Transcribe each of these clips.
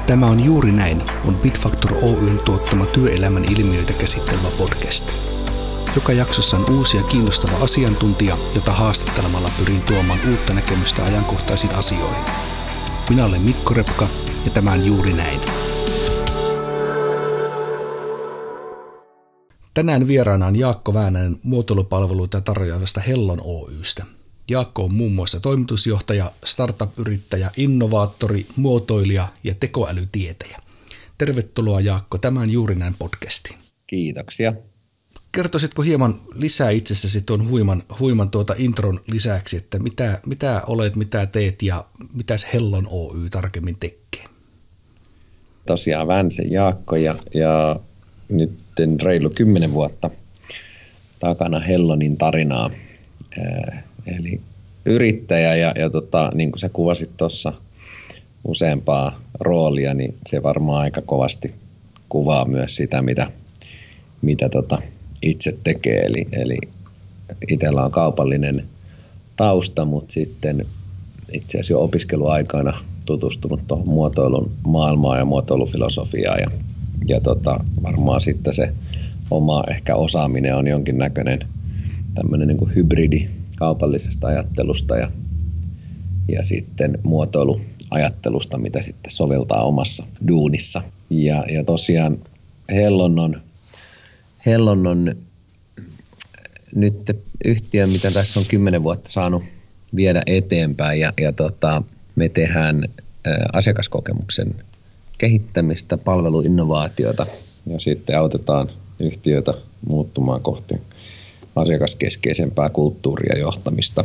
Tämä on Juuri näin, on Bitfactor Oyn tuottama työelämän ilmiöitä käsittelevä podcast. Joka jaksossa on uusi ja kiinnostava asiantuntija, jota haastattelemalla pyrin tuomaan uutta näkemystä ajankohtaisiin asioihin. Minä olen Mikko Repka ja tämä on Juuri näin. Tänään vieraana on Jaakko Väänänen muotoilupalveluita tarjoavasta Hellon Oystä. Jaakko on muun muassa toimitusjohtaja, startup-yrittäjä, innovaattori, muotoilija ja tekoälytietäjä. Tervetuloa Jaakko tämän Juuri näin podcastiin. Kiitoksia. Kertoisitko hieman lisää itsestäsi tuon huiman intron lisäksi, että mitä olet, mitä teet ja mitäs Hellon Oy tarkemmin tekee? Tosiaan Väänäsen Jaakko ja nyt reilu 10 vuotta takana Hellonin tarinaa. Eli yrittäjä ja niin kuin sä kuvasit tuossa useampaa roolia, niin se varmaan aika kovasti kuvaa myös sitä, mitä itse tekee. Eli itsellä on kaupallinen tausta, mutta sitten itse asiassa jo opiskeluaikana tutustunut tuohon muotoilun maailmaan ja muotoilufilosofiaan. Ja varmaan sitten se oma ehkä osaaminen on jonkinnäköinen tämmöinen niin kuin hybridi kaupallisesta ajattelusta ja sitten muotoiluajattelusta, mitä sitten soveltaa omassa duunissa. Ja tosiaan Hellon on nyt yhtiö, mitä tässä on 10 vuotta saanut viedä eteenpäin ja me tehdään asiakaskokemuksen kehittämistä, palveluinnovaatiota ja sitten autetaan yhtiötä muuttumaan kohti asiakaskeskeisempää kulttuuria ja johtamista.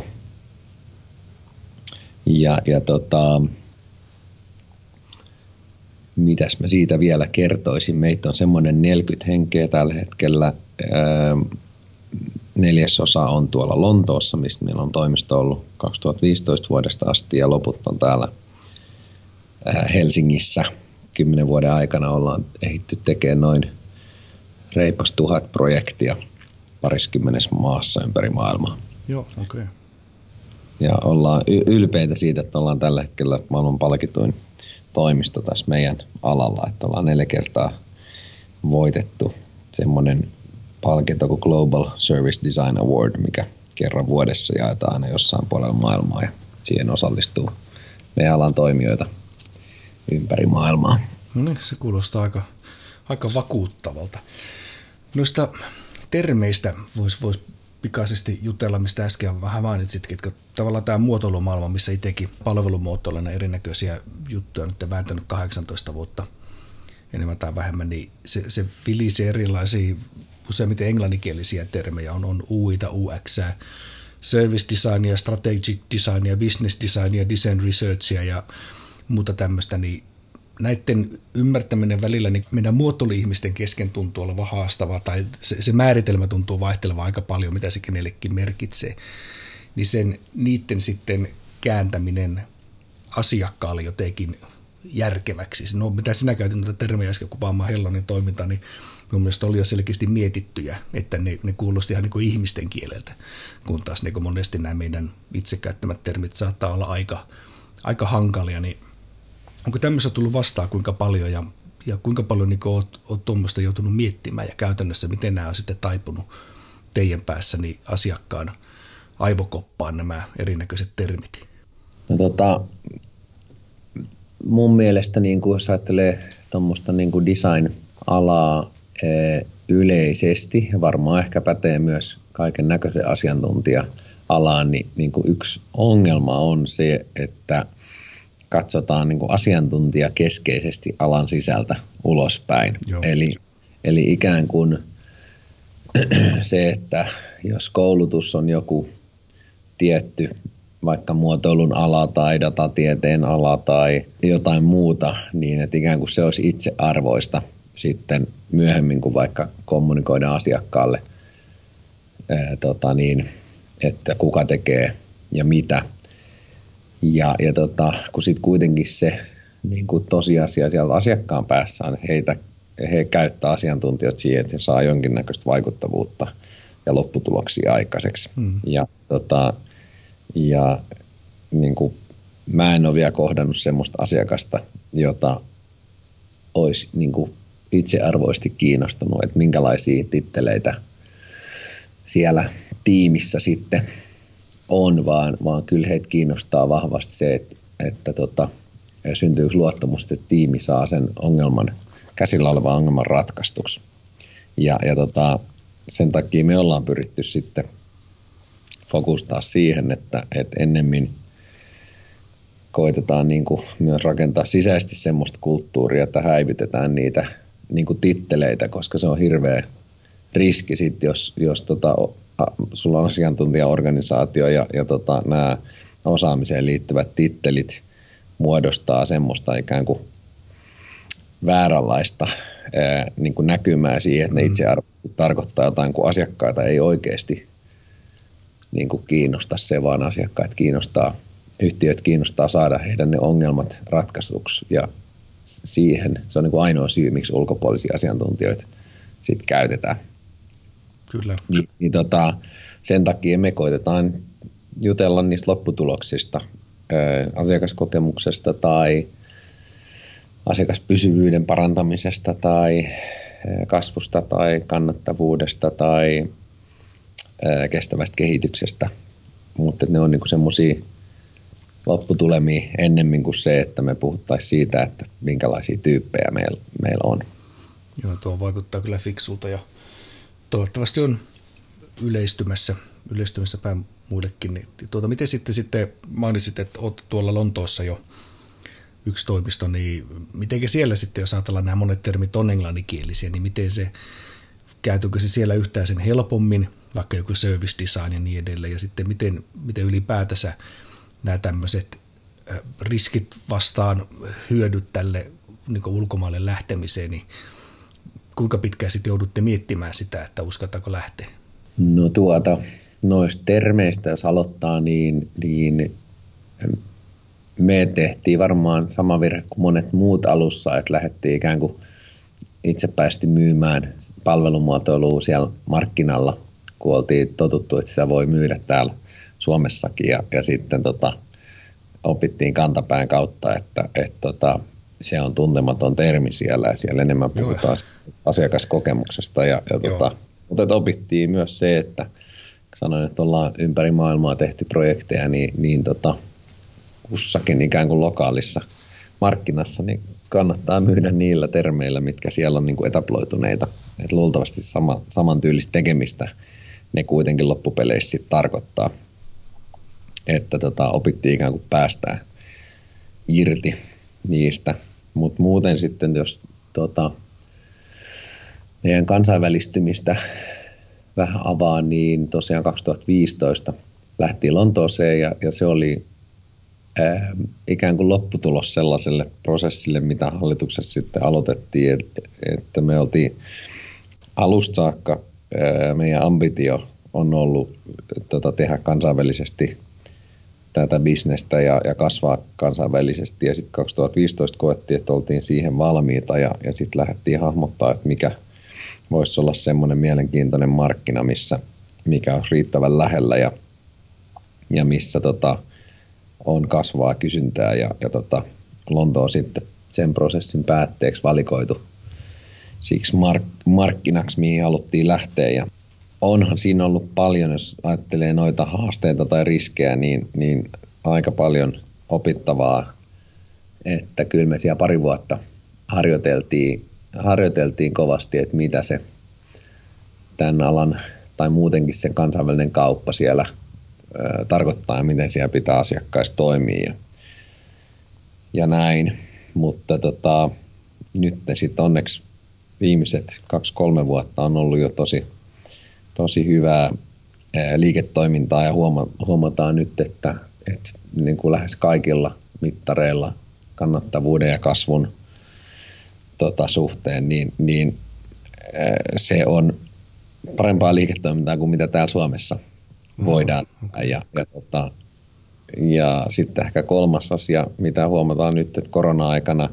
Mitäs mä siitä vielä kertoisin? Meitä on semmoinen 40 henkeä tällä hetkellä. 1/4 on tuolla Lontoossa, mistä meillä on toimisto ollut 2015 vuodesta asti ja loput on täällä Helsingissä. 10 vuoden aikana ollaan ehditty tekemään noin reipas 1000 projektia 20 maassa ympäri maailmaa. Joo, okei. Okay. Ja ollaan ylpeitä siitä, että ollaan tällä hetkellä maailman palkituin toimisto tässä meidän alalla, että ollaan 4 kertaa voitettu semmoinen palkinto kuin Global Service Design Award, mikä kerran vuodessa jaetaan aina jossain puolella maailmaa ja siihen osallistuu meidän alan toimijoita ympäri maailmaa. No niin, se kuulostaa aika vakuuttavalta. Noista termeistä voisi pikaisesti jutella, mistä äsken vähän mainitsitkin, että tavallaan tämä muotoilumaailma, missä itsekin palvelumuotoilijana erinäköisiä juttuja nyt vääntänyt 18 vuotta enemmän tai vähemmän, niin se vilisee erilaisia, useimmiten englanninkielisiä termejä, on UI:ta, UX:ää, service designia, strategic designia, business designia, design researchia ja muuta tämmöistä, niin näiden ymmärtäminen välillä niin meidän muotoilu-ihmisten kesken tuntuu olevan haastavaa, tai se määritelmä tuntuu vaihteleva aika paljon, mitä se kenellekin merkitsee, niin niiden sitten kääntäminen asiakkaalle jotenkin järkeväksi. No, mitä sinä käytin noita termejä äsken kuvaamaan Hellonin toimintaa, niin minun mielestä oli jo selkeästi mietittyjä, että ne kuulosti ihan niin kuin ihmisten kieleltä, kun taas niin kuin monesti nämä meidän itse käyttämät termit saattaa olla aika hankalia, niin onko tämmöistä tullut vastaan kuinka paljon ja kuinka paljon niin olet tuommoista joutunut miettimään ja käytännössä miten nämä on sitten taipunut teidän päässäni asiakkaan aivokoppaan nämä erinäköiset termit? No mun mielestä niin kuin jos ajattelee tuommoista niin kuin design-alaa yleisesti, varmaan ehkä pätee myös kaiken näköisen asiantuntija-alaan, niin kuin yksi ongelma on se, että katsotaan niin kuin asiantuntijakeskeisesti alan sisältä ulospäin. Eli ikään kuin se, että jos koulutus on joku tietty vaikka muotoilun ala tai datatieteen ala tai jotain muuta, niin että ikään kuin se olisi itsearvoista sitten myöhemmin, kun vaikka kommunikoidaan asiakkaalle, että kuka tekee ja mitä. Ja kun sitten kuitenkin se niin kuin tosiasia sieltä asiakkaan päässä on, että he käyttää asiantuntijat siihen, että he saa jonkinnäköistä vaikuttavuutta ja lopputuloksia aikaiseksi. Ja niin kuin mä en ole vielä kohdannut semmoista asiakasta, jota olisi niin kuin itsearvoisesti kiinnostunut, että minkälaisia titteleitä siellä tiimissä sitten on, vaan kyllä heitä kiinnostaa vahvasti se, että syntyykö luottamus, että tiimi saa sen käsillä olevan ongelman ratkaistuksi. Ja sen takia me ollaan pyritty sitten fokustaa siihen, että ennemmin koitetaan niin kuin myös rakentaa sisäisesti semmoista kulttuuria, että häivytetään niitä niin kuin titteleitä, koska se on hirveä riski sitten, jos sulla on asiantuntijaorganisaatio ja nämä osaamiseen liittyvät tittelit muodostaa semmoista ikään kuin vääränlaista niin kuin näkymää siihen, että ne itse tarkoittaa jotain, kun asiakkaita ei oikeasti niin kuin kiinnosta se, vaan yhtiöt kiinnostaa saada heidän ne ongelmat ratkaisuksi, ja siihen se on niin kuin ainoa syy, miksi ulkopuolisia asiantuntijoita sitten käytetään. Kyllä. Sen takia me koitetaan jutella niistä lopputuloksista, asiakaskokemuksesta tai asiakaspysyvyyden parantamisesta tai kasvusta tai kannattavuudesta tai kestävästä kehityksestä, mutta ne on niinku semmoisia lopputulemia ennemmin kuin se, että me puhuttaisiin siitä, että minkälaisia tyyppejä meillä on. Joo, tuo vaikuttaa kyllä fiksulta ja toivottavasti on yleistymässä päin muillekin. Niin, miten sitten mainitsit, että olet tuolla Lontoossa jo yksi toimisto, niin miten siellä sitten, jos ajatellaan nämä monet termit on englanninkielisiä, niin miten kääntyykö se siellä yhtään sen helpommin, vaikka joku service design ja niin edelleen, ja sitten miten ylipäätänsä nämä tämmöiset riskit vastaan hyödyt tälle niin ulkomaille lähtemiseen, niin kuinka pitkään sitten joudutte miettimään sitä, että uskaltaako lähteä? No noista termeistä, jos aloittaa, niin me tehtiin varmaan sama virhe kuin monet muut alussa, että lähdettiin ikään kuin itsepäisesti myymään palvelumuotoilua siellä markkinalla, kun oltiin totuttu, että sitä voi myydä täällä Suomessakin, ja sitten opittiin kantapään kautta, että se on tuntematon termi siellä, ja siellä enemmän puhutaan asiakaskokemuksesta, mutta opittiin myös se, että sanoin, että ollaan ympäri maailmaa tehty projekteja, niin kussakin ikään kuin lokaalissa markkinassa, niin kannattaa myydä niillä termeillä, mitkä siellä on niin kuin etaploituneita. Et luultavasti samantyylistä tekemistä ne kuitenkin loppupeleissä sit tarkoittaa, että opittiin ikään kuin päästään irti niistä. Mutta muuten sitten, jos meidän kansainvälistymistä vähän avaa, niin tosiaan 2015 lähtiin Lontooseen ja se oli ikään kuin lopputulos sellaiselle prosessille, mitä hallituksessa sitten aloitettiin, että me oltiin alusta saakka, meidän ambitio on ollut tehdä kansainvälisesti tätä bisnestä ja kasvaa kansainvälisesti, ja sitten 2015 koettiin, että oltiin siihen valmiita, ja sitten lähdettiin hahmottaa, että mikä voisi olla semmoinen mielenkiintoinen markkina, mikä on riittävän lähellä ja missä on kasvaa kysyntää, ja Lontoa sitten sen prosessin päätteeksi valikoitu siksi markkinaksi, mihin haluttiin lähteä. Ja onhan siinä ollut paljon, jos ajattelee noita haasteita tai riskejä, niin aika paljon opittavaa, että kyllä me siellä pari vuotta harjoiteltiin kovasti, että mitä se tämän alan tai muutenkin se kansainvälinen kauppa siellä tarkoittaa ja miten siellä pitää asiakkaissa toimia ja näin, mutta nyt sitten onneksi viimeiset 2-3 vuotta on ollut jo tosi hyvää liiketoimintaa, ja huomataan nyt, että niin kuin lähes kaikilla mittareilla kannattavuuden ja kasvun suhteen, niin se on parempaa liiketoimintaa kuin mitä täällä Suomessa voidaan. Ja sitten ehkä kolmas asia, mitä huomataan nyt, että korona-aikana,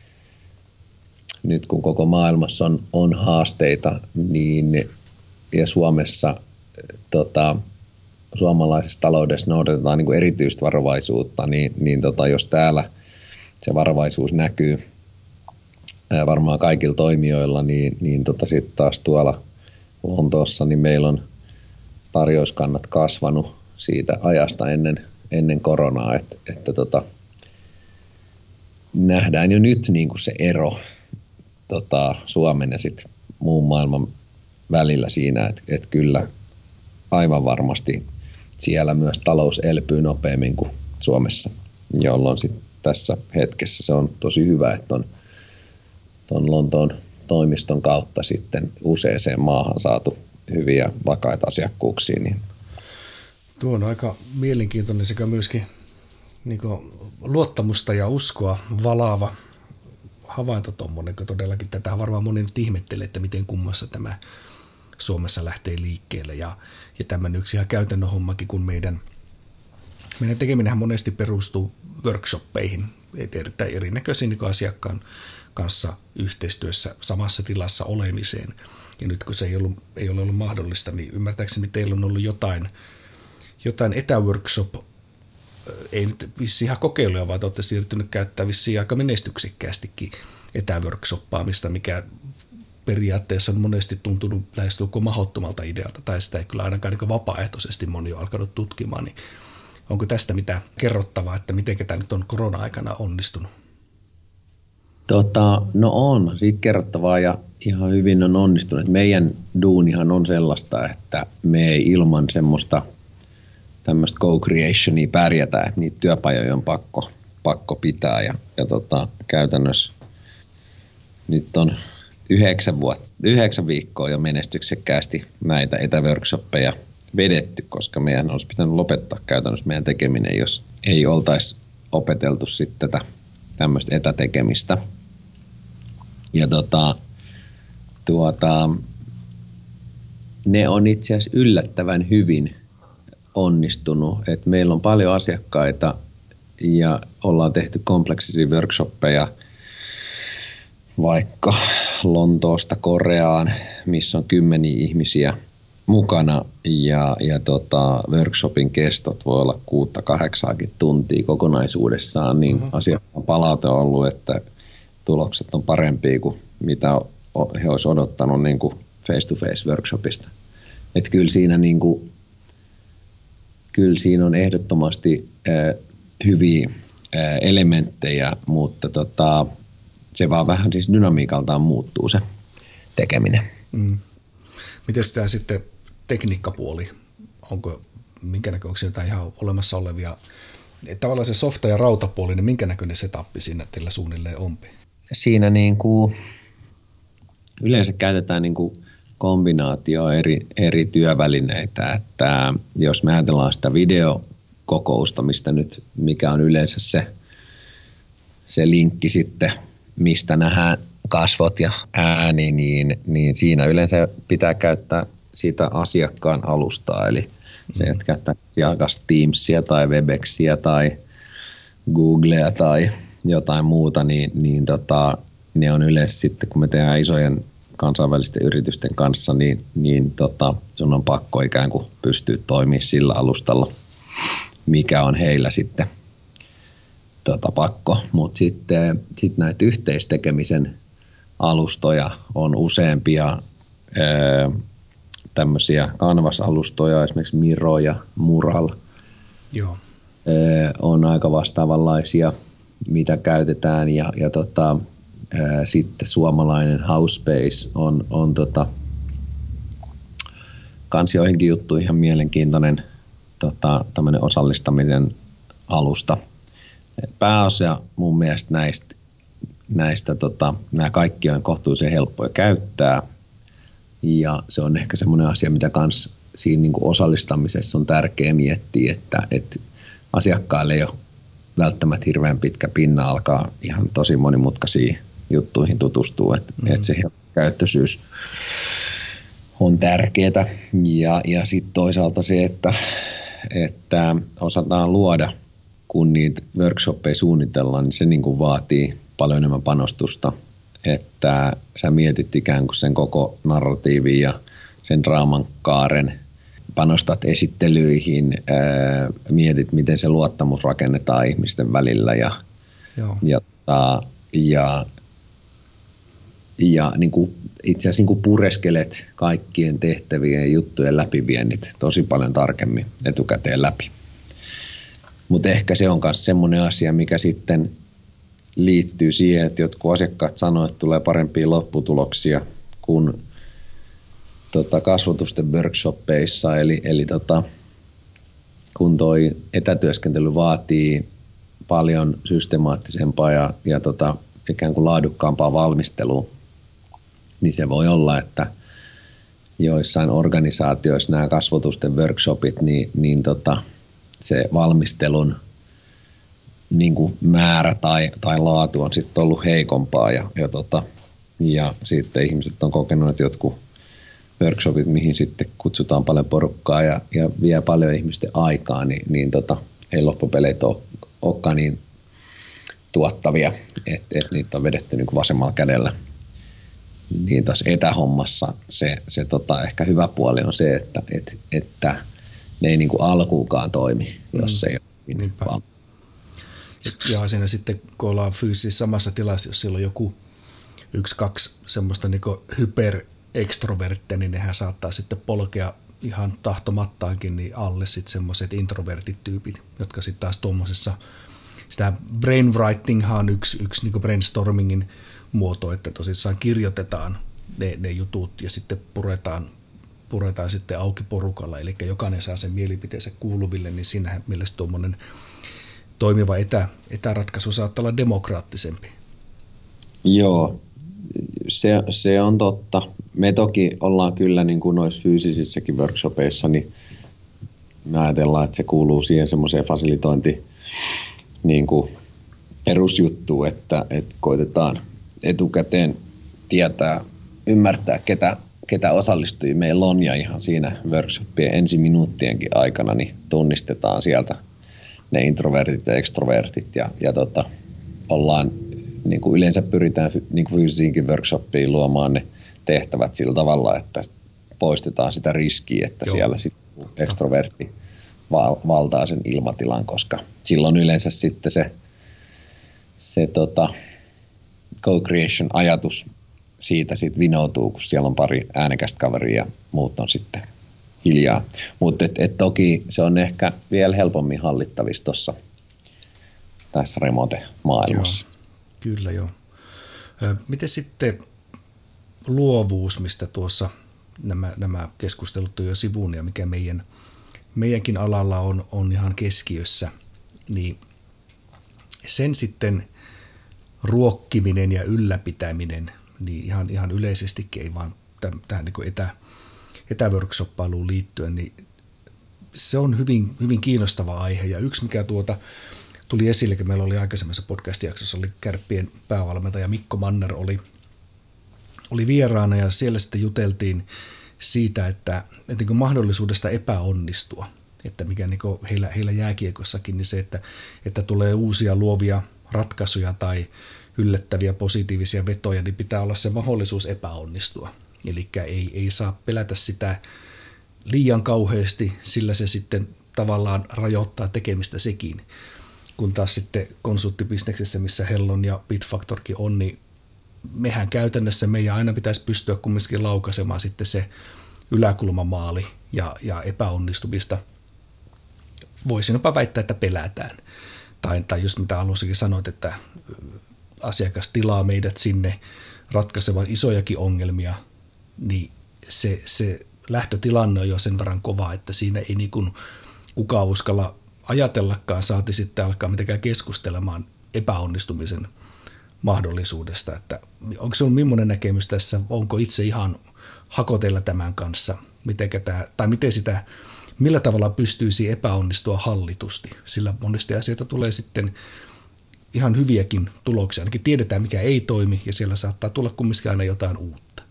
nyt kun koko maailmassa on haasteita, niin ja Suomessa suomalaisessa taloudessa noudatetaan niin kuin erityistä varovaisuutta, niin jos täällä se varovaisuus näkyy varmaan kaikilla toimijoilla, niin sitten taas tuolla Lontoossa niin meillä on tarjouskannat kasvanut siitä ajasta ennen koronaa, että nähdään jo nyt niin kuin se ero Suomen ja sitten muun maailman välillä siinä, että kyllä aivan varmasti siellä myös talous elpyy nopeammin kuin Suomessa, jolloin sitten tässä hetkessä se on tosi hyvä, että on tuon Lontoon toimiston kautta sitten useaseen maahan saatu hyviä vakaita asiakkuuksia. Niin. Tuo on aika mielenkiintoinen sekä myöskin niin luottamusta ja uskoa valaava havainto tuommoinen, kun todellakin tätä varmaan moni nyt ihmettelee, että miten kummassa tämä Suomessa lähtee liikkeelle. Ja tämmöinen yksi ihan käytännön hommakin, kun meidän tekeminenhän monesti perustuu workshoppeihin, erittäin erinäköisiin niin asiakkaan kanssa yhteistyössä samassa tilassa olemiseen. Ja nyt kun se ei ole ollut mahdollista, niin ymmärtääkseni teillä on ollut jotain etäworkshop, ei nyt vissiin ihan kokeiluja, vaan te olette siirtynyt käyttää vissiin aika menestyksekkäästikin etäworkshoppaamista, mikä periaatteessa on monesti tuntunut lähestulkoon mahdottomalta idealta, tai sitä ei kyllä ainakaan niin vapaaehtoisesti moni on alkanut tutkimaan, niin onko tästä mitä kerrottavaa, että miten tämä nyt on korona-aikana onnistunut? No on, siitä kerrottavaa ja ihan hyvin on onnistunut. Meidän duunihan on sellaista, että me ei ilman semmoista tämmöistä co-creationia pärjätä, että niitä työpajoja on pakko pitää ja käytännössä nyt on 9 viikkoa jo menestyksekkäästi näitä etäworkshoppeja vedetty, koska meidän olisi pitänyt lopettaa käytännössä meidän tekeminen, jos ei oltaisi opeteltu sitten tätä tämmöistä etätekemistä. Ja ne on itse asiassa yllättävän hyvin onnistunut, että meillä on paljon asiakkaita ja ollaan tehty kompleksisia workshoppeja vaikka Lontoosta Koreaan, missä on 10 ihmisiä mukana ja workshopin kestot voi olla 6-8 tuntia kokonaisuudessaan, niin asiakkaan palaute on ollut, että tulokset on parempia kuin mitä he olisivat odottanut niin kuin face-to-face workshopista. Että kyllä siinä on ehdottomasti hyviä elementtejä, mutta se vaan vähän siis dynamiikaltaan muuttuu se tekeminen. Miten tämä sitten tekniikkapuoli? Onko minkä näköisiä jotain ihan olemassa olevia, tavallaan se softa- ja rautapuoli, niin minkä näköinen setappi siinä teillä suunnilleen onpi? Siinä yleensä käytetään kombinaatio eri työvälineitä, että jos me ajatellaan sitä videokokousta, mikä on yleensä se linkki sitten, mistä nähdään kasvot ja ääni, niin siinä yleensä pitää käyttää sitä asiakkaan alustaa, eli se, että käyttää Teamsia tai Webexia tai Googlea tai jotain muuta, niin ne on yleensä sitten, kun me tehdään isojen kansainvälisten yritysten kanssa, niin sun on pakko ikään kuin pystyä toimimaan sillä alustalla, mikä on heillä sitten pakko. Mutta sitten näitä yhteistekemisen alustoja on useampia tämmöisiä Canvas-alustoja, esimerkiksi Miro ja Mural. Joo. On aika vastaavanlaisia, mitä käytetään ja sitten suomalainen Housespace on kans joihinkin juttuihin ihan mielenkiintoinen tämmöinen osallistaminen alusta. Pääosa mun mielestä näistä nämä kaikki on kohtuullisen helppoja käyttää ja se on ehkä semmoinen asia, mitä kans siinä niin kuin osallistamisessa on tärkeä miettiä, että asiakkaille ei ole välttämättä hirveän pitkä pinna alkaa ihan tosi monimutkaisiin juttuihin tutustua, että se käyttöisyys on tärkeää ja sitten toisaalta se, että osataan luoda, kun niitä workshoppeja suunnitellaan, niin se niin kuin vaatii paljon enemmän panostusta, että sä mietit ikään kuin sen koko narratiivin ja sen draaman kaaren, panostat esittelyihin, mietit, miten se luottamus rakennetaan ihmisten välillä ja ja niin kuin, itse asiassa niin kuin pureskelet kaikkien tehtävien ja juttujen läpiviennit tosi paljon tarkemmin etukäteen läpi. Mutta ehkä se on myös semmoinen asia, mikä sitten liittyy siihen, että jotkut asiakkaat sanoo, että tulee parempia lopputuloksia kuin kasvatusten workshoppeissa, eli kun toi etätyöskentely vaatii paljon systemaattisempaa ja ikään kuin laadukkaampaa valmistelua, niin se voi olla, että joissain organisaatioissa nämä kasvatusten workshopit, niin se valmistelun niin kuin määrä tai laatu on sitten ollut heikompaa ja sitten ihmiset on kokenut, että jotkut workshopit, mihin sitten kutsutaan paljon porukkaa ja vie paljon ihmisten aikaa, niin ei loppupeleissä olekaan niin tuottavia, että niitä on vedetty niin kuin vasemmalla kädellä. Niin tuossa etähommassa se ehkä hyvä puoli on se, että ne ei niin kuin alkuukaan toimi, jos se ei ole valmis. Ja siinä sitten, kun ollaan fyysisesti samassa tilassa, jos siellä on joku 1-2 semmoista niin hyperekstroverttia, niin nehän saattaa sitten polkea ihan tahtomattaankin niin alle sitten semmoiset introvertit-tyypit, jotka sitten taas tuommoisessa, sitä brainwritinghan on yksi niin brainstormingin muoto, että tosissaan kirjoitetaan ne jutut ja sitten puretaan sitten auki porukalla, eli jokainen saa sen mielipiteensä kuuluville, niin siinähän mielestäni tuommoinen toimiva etäratkaisu saattaa olla demokraattisempi. Joo, se on totta. Me toki ollaan kyllä niin kuin noissa fyysisissäkin workshopeissa, niin me ajatellaan, että se kuuluu siihen semmoiseen fasilitointi niin kuin perusjuttuun, että koitetaan etukäteen tietää, ymmärtää, ketä osallistujia meillä on, ja ihan siinä workshopien ensiminuuttienkin aikana niin tunnistetaan sieltä ne introvertit ja extrovertit ja ollaan niin kuin yleensä pyritään niin kuin fyysisiinkin workshopiin luomaan ne tehtävät sillä tavalla, että poistetaan sitä riskiä, että siellä sitten extrovertti valtaa sen ilmatilan, koska silloin yleensä sitten se co-creation ajatus siitä sitten vinoutuu, kun siellä on pari äänekästä kaveria ja muut on sitten hiljaa. Mutta toki se on ehkä vielä helpommin hallittavissa tässä remote-maailmassa. Joo, kyllä joo. Miten sitten luovuus, mistä tuossa nämä keskustelut on jo sivuun ja mikä meidänkin alalla on ihan keskiössä, niin sen sitten ruokkiminen ja ylläpitäminen, niin ihan yleisestikin ei vaan tähän niin etäworkshoppailuun liittyen, niin se on hyvin, hyvin kiinnostava aihe. Ja yksi, mikä tuli esille, kun meillä oli aikaisemmassa podcast-jaksossa, oli Kärppien päävalmentaja Mikko Manner oli vieraana, ja siellä sitten juteltiin siitä, että niin mahdollisuudesta epäonnistua, että mikä niin heillä jääkiekossakin, niin se, että tulee uusia luovia ratkaisuja tai yllättäviä positiivisia vetoja, niin pitää olla se mahdollisuus epäonnistua. Eli ei saa pelätä sitä liian kauheasti, sillä se sitten tavallaan rajoittaa tekemistä sekin. Kun taas sitten konsulttibisneksessä, missä Hellon ja Bitfactorkin on, niin mehän käytännössä meidän aina pitäisi pystyä kumminkin laukaisemaan sitten se yläkulmamaali ja epäonnistumista. Voisin jopa väittää, että pelätään. Tai just mitä alussakin sanoit, että asiakas tilaa meidät sinne ratkaisemaan isojakin ongelmia, niin se lähtötilanne on jo sen verran kova, että siinä ei niin kuin kukaan uskalla ajatellakaan, saati sitten alkaa mitenkään keskustelemaan epäonnistumisen mahdollisuudesta. Että onko sinulla millainen näkemys tässä, onko itse ihan hakotella tämän kanssa, millä tavalla pystyisi epäonnistua hallitusti, sillä monesti asioita tulee sitten ihan hyviäkin tuloksia, ainakin tiedetään mikä ei toimi ja siellä saattaa tulla kumminkin aina jotain uutta.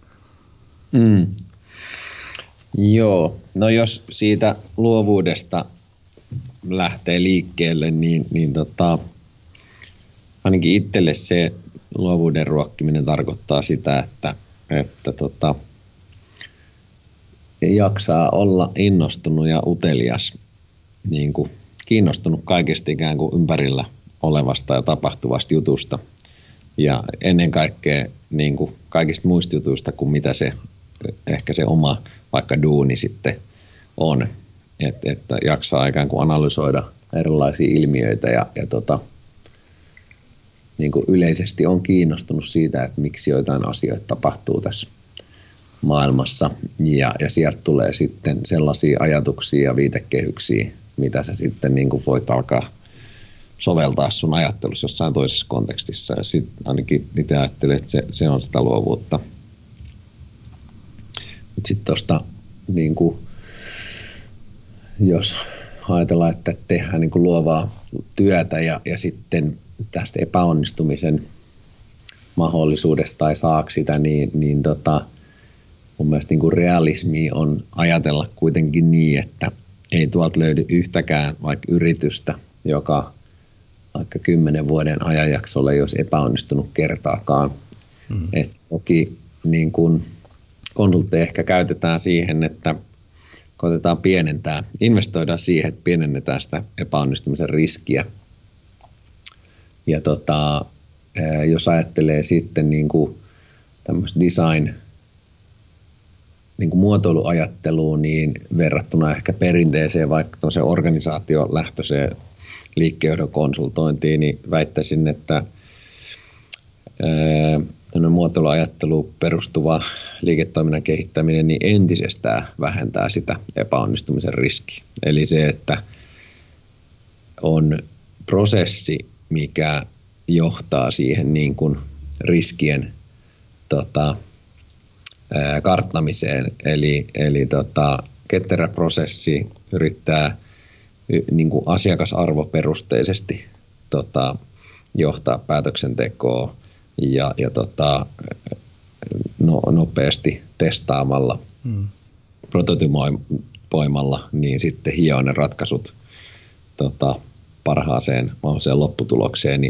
Joo, no jos siitä luovuudesta lähtee liikkeelle, niin ainakin itselle se luovuuden ruokkiminen tarkoittaa sitä, että jaksaa olla innostunut ja utelias, niin kuin kiinnostunut kaikesta ikään kuin ympärillä olevasta ja tapahtuvasta jutusta. ja ennen kaikkea niin kuin kaikista muista jutuista kuin mitä se ehkä se oma vaikka duuni sitten on, että jaksaa ikään kuin analysoida erilaisia ilmiöitä ja niin kuin yleisesti on kiinnostunut siitä, että miksi joitain asioita tapahtuu tässä maailmassa ja sieltä tulee sitten sellaisia ajatuksia ja viitekehyksiä, mitä sä sitten niin kuin voit alkaa soveltaa sun ajattelussa jossain toisessa kontekstissa ja sitten ainakin itse ajattelen, että se on sitä luovuutta. Sitten tuosta niin kuin, jos ajatellaan, että tehdään niin kuin luovaa työtä ja sitten tästä epäonnistumisen mahdollisuudesta tai saako sitä, niin mun mielestä niin kuin realismi on ajatella kuitenkin niin, että ei tuolta löydy yhtäkään vaikka yritystä, joka vaikka 10 vuoden ajanjaksolla ei olisi epäonnistunut kertaakaan. Et toki niin kuin konsultteja ehkä käytetään siihen, että koitetaan pienentää, investoidaan siihen, että pienennetään sitä epäonnistumisen riskiä. Ja jos ajattelee sitten niin kuin tämmöistä design niin kuin muotoiluajatteluun, niin verrattuna ehkä perinteiseen vaikka organisaatiolähtöiseen liikkeenjohdon konsultointiin, niin väittäisin, että muotoiluajatteluun perustuva liiketoiminnan kehittäminen niin entisestään vähentää sitä epäonnistumisen riskiä. Eli se, että on prosessi, mikä johtaa siihen niin kuin riskien karttamiseen. Eli ketterä prosessi yrittää niin kuin asiakasarvoperusteisesti johtaa päätöksentekoa ja nopeasti testaamalla, prototypoimalla, niin sitten hioa ne ratkaisut parhaaseen mahdolliseen lopputulokseen.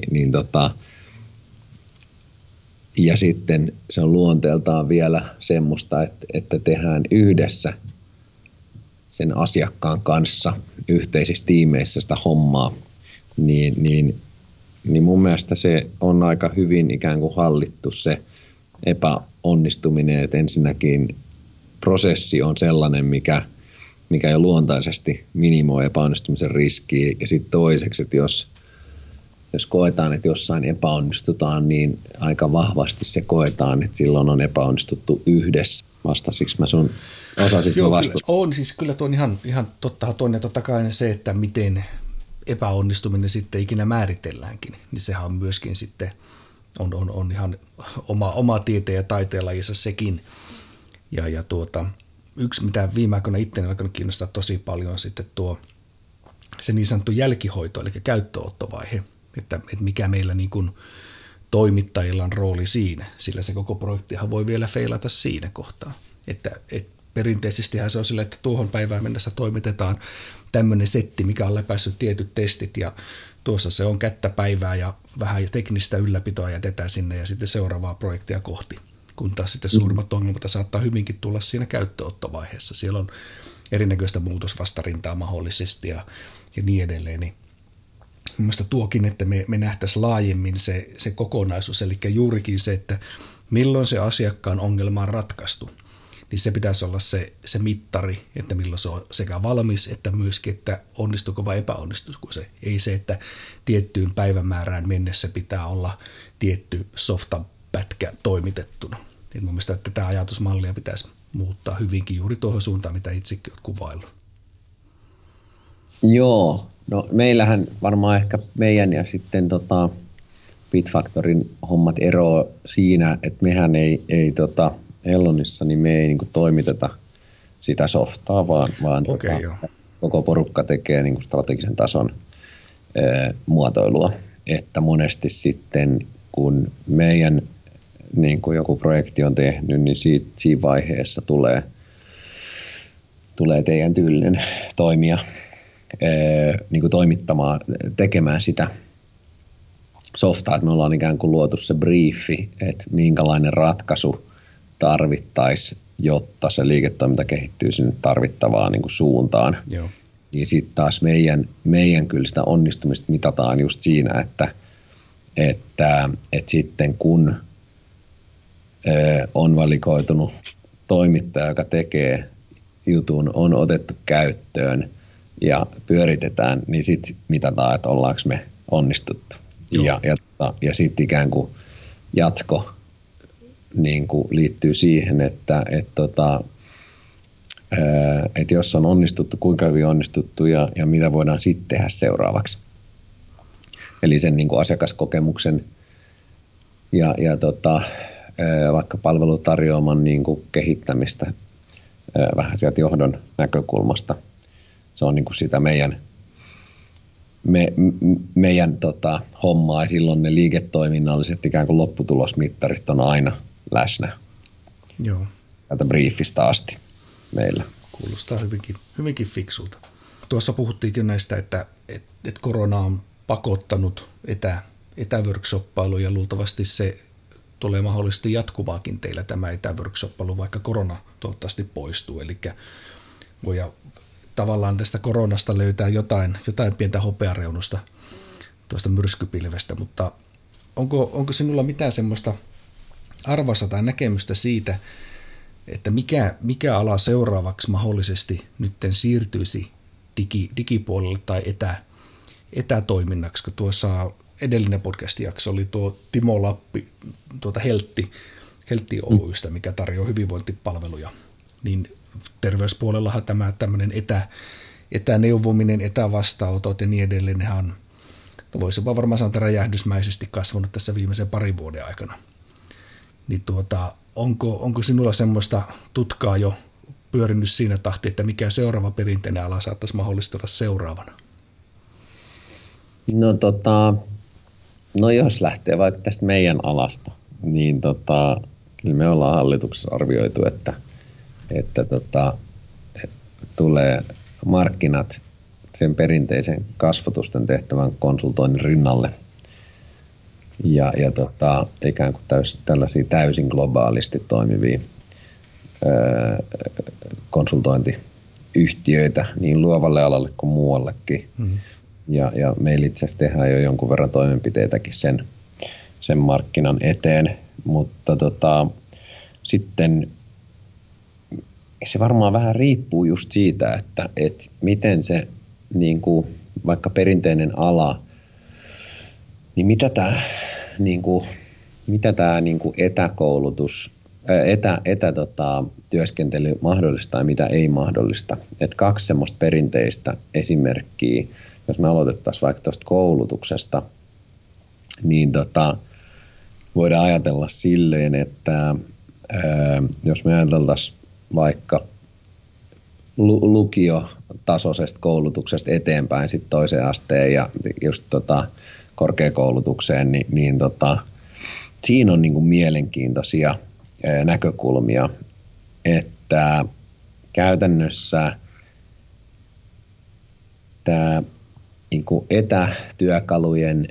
Ja sitten se on luonteeltaan vielä semmoista, että tehdään yhdessä sen asiakkaan kanssa yhteisissä tiimeissä sitä hommaa, niin mun mielestä se on aika hyvin ikään kuin hallittu se epäonnistuminen, että ensinnäkin prosessi on sellainen, mikä jo luontaisesti minimoi epäonnistumisen riskiä, ja sitten toiseksi, että jos koetaan, että jossain epäonnistutaan, niin aika vahvasti se koetaan, että silloin on epäonnistuttu yhdessä. Vastasitko mä sun osasitko mä vastata? On, siis kyllä tuo on ihan totta kai se, että miten epäonnistuminen sitten ikinä määritelläänkin, niin sehän on myöskin sitten on ihan oma tieteen ja taiteen lajissa sekin. Ja yksi, mitä viime aikoina itseäni on alkanut kiinnostaa tosi paljon, on sitten se niin sanottu jälkihoito, eli käyttöönottovaihe, että mikä meillä niin kuin toimittajilla on rooli siinä, sillä se koko projektihan voi vielä feilata siinä kohtaa. Että perinteisestihän se on sillä, että tuohon päivään mennessä toimitetaan tämmöinen setti, mikä on läpäissyt tietyt testit, ja tuossa se on kättä päivää ja vähän teknistä ylläpitoa jätetään sinne ja sitten seuraavaa projektia kohti. Kun taas sitten suurimmat ongelmat saattaa hyvinkin tulla siinä käyttöönottovaiheessa. Siellä on erinäköistä muutosvastarintaa mahdollisesti ja niin edelleen. Niin mielestäni tuokin, että me nähtäisiin laajemmin se kokonaisuus, eli juurikin se, että milloin se asiakkaan ongelma on ratkaistu, niin se pitäisi olla se mittari, että milloin se on sekä valmis, että myöskin, että onnistuuko vai epäonnistuuko se. Ei se, että tiettyyn päivämäärään mennessä pitää olla tietty softapätkä toimitettuna. Et mun mielestä, että tämä ajatusmallia pitäisi muuttaa hyvinkin juuri tuohon suuntaan, mitä itsekin olet kuvaillut. Joo, no meillähän varmaan ehkä meidän ja sitten Bitfactorin hommat eroaa siinä, että mehän ei Ellonissa niin me ei niin kuin toimiteta sitä softaa, vaan koko porukka tekee niin kuin strategisen tason muotoilua. Että monesti sitten, kun meidän niin kuin joku projekti on tehnyt, niin siinä vaiheessa tulee teidän tyylinen toimija niin kuin tekemään sitä softaa, että me ollaan ikään kuin luotu se briefi, että minkälainen ratkaisu tarvittaisiin, jotta se liiketoiminta kehittyy sinne tarvittavaan niin kuin suuntaan. Joo. Niin sitten taas meidän kyllä sitä onnistumista mitataan just siinä, että että sitten kun on valikoitunut toimittaja, joka tekee jutun, on otettu käyttöön ja pyöritetään, niin sitten mitataan, että ollaanko me onnistuttu. Ja sitten ikään kuin jatko niin kuin liittyy siihen, että jos on onnistuttu, kuinka hyvin onnistuttu ja mitä voidaan sitten tehdä seuraavaksi. Eli sen niin kuin asiakaskokemuksen ja vaikka palvelutarjoaman niin kuin kehittämistä vähän sieltä johdon näkökulmasta. Se on niin kuin sitä meidän hommaa, ja silloin ne liiketoiminnalliset ikään kuin lopputulosmittarit on aina läsnä. Joo. Täältä briefistä asti meillä. Kuulostaa hyvinkin fiksulta. Tuossa puhuttiinkin näistä, että korona on pakottanut etäworkshoppailuun, ja luultavasti se tulee mahdollisesti jatkuvaakin teillä tämä etäworkshoppailu, vaikka korona toivottavasti poistuu. Eli voi tavallaan tästä koronasta löytää jotain pientä hopeareunusta tuosta myrskypilvestä, mutta onko sinulla mitään semmoista arvassa tai näkemystä siitä, että mikä ala seuraavaksi mahdollisesti nytten siirtyisi digipuolelle tai etätoiminnaksi, kun tuossa edellinen podcast-jakso oli tuo Timo Lappi tuota Heltti Oystä, mikä tarjoaa hyvinvointipalveluja, niin terveyspuolellahan tämä tämmöinen etäneuvominen, etävastaanotot ja niin edelleen, nehän on, voisi varmaan sanoa, räjähdysmäisesti kasvanut tässä viimeisen parin vuoden aikana. Niin onko sinulla semmoista tutkaa jo pyörinyt siinä tahti, että mikä seuraava perinteinen ala saattaisi mahdollistella seuraavana? No jos lähtee vaikka tästä meidän alasta, niin kyllä me ollaan hallituksessa arvioitu, että tulee markkinat sen perinteisen kasvatusten tehtävän konsultoinnin rinnalle ja ikään kuin tällaisia täysin globaalisti toimivia konsultointiyhtiöitä niin luovalle alalle kuin muuallekin. Ja meillä itse asiassa tehdään jo jonkun verran toimenpiteitäkin sen markkinan eteen, mutta sitten se varmaan vähän riippuu just siitä, että miten se niin kuin, vaikka perinteinen ala, niin mitä tämä niin kuin etäkoulutus, työskentely mahdollistaa ja mitä ei mahdollista. Et 2 semmoista perinteistä esimerkkiä, jos me aloitettaisiin vaikka tuosta koulutuksesta, niin voidaan ajatella silleen, että jos me ajateltaisiin vaikka lukiotasoisesta koulutuksesta eteenpäin sitten toiseen asteen ja just korkeakoulutukseen, niin siinä on niin kuin mielenkiintoisia näkökulmia, että käytännössä tämä niin kuin etätyökalujen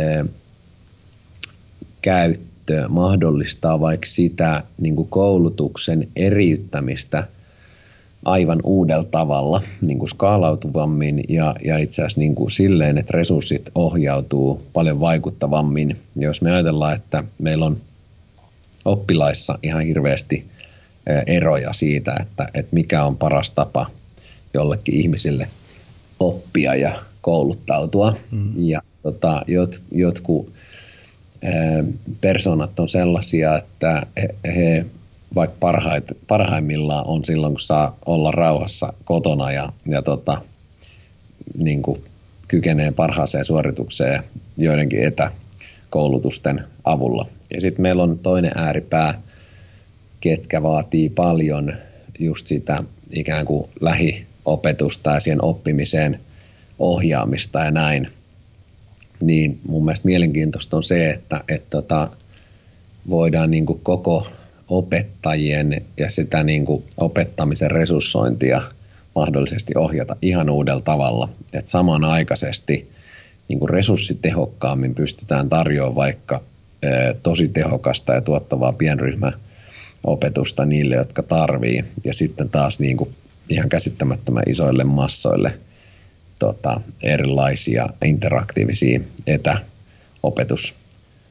käyttö mahdollistaa vaikka sitä niin kuin koulutuksen eriyttämistä aivan uudella tavalla, niin kuin skaalautuvammin ja itse asiassa niin kuin silleen, että resurssit ohjautuu paljon vaikuttavammin. Ja jos me ajatellaan, että meillä on oppilaissa ihan hirveästi eroja siitä, että mikä on paras tapa jollekin ihmisille oppia ja kouluttautua. Ja jotkut persoonat on sellaisia, että he vaikka parhaimmillaan on silloin, kun saa olla rauhassa kotona ja niin kuin kykenee parhaaseen suoritukseen joidenkin etäkoulutusten avulla. Ja sitten meillä on toinen ääripää, ketkä vaatii paljon just sitä ikään kuin lähiopetusta ja siihen oppimiseen ohjaamista ja näin. Niin mun mielestä mielenkiintoista on se, että voidaan niin kuin koko opettajien ja sitä niin kuin opettamisen resurssointia mahdollisesti ohjata ihan uudella tavalla. Että samanaikaisesti niin kuin resurssitehokkaammin pystytään tarjoamaan vaikka tosi tehokasta ja tuottavaa pienryhmäopetusta niille, jotka tarvii. Ja sitten taas niin kuin ihan käsittämättömän isoille massoille erilaisia interaktiivisia etäopetusmahdollisuuksia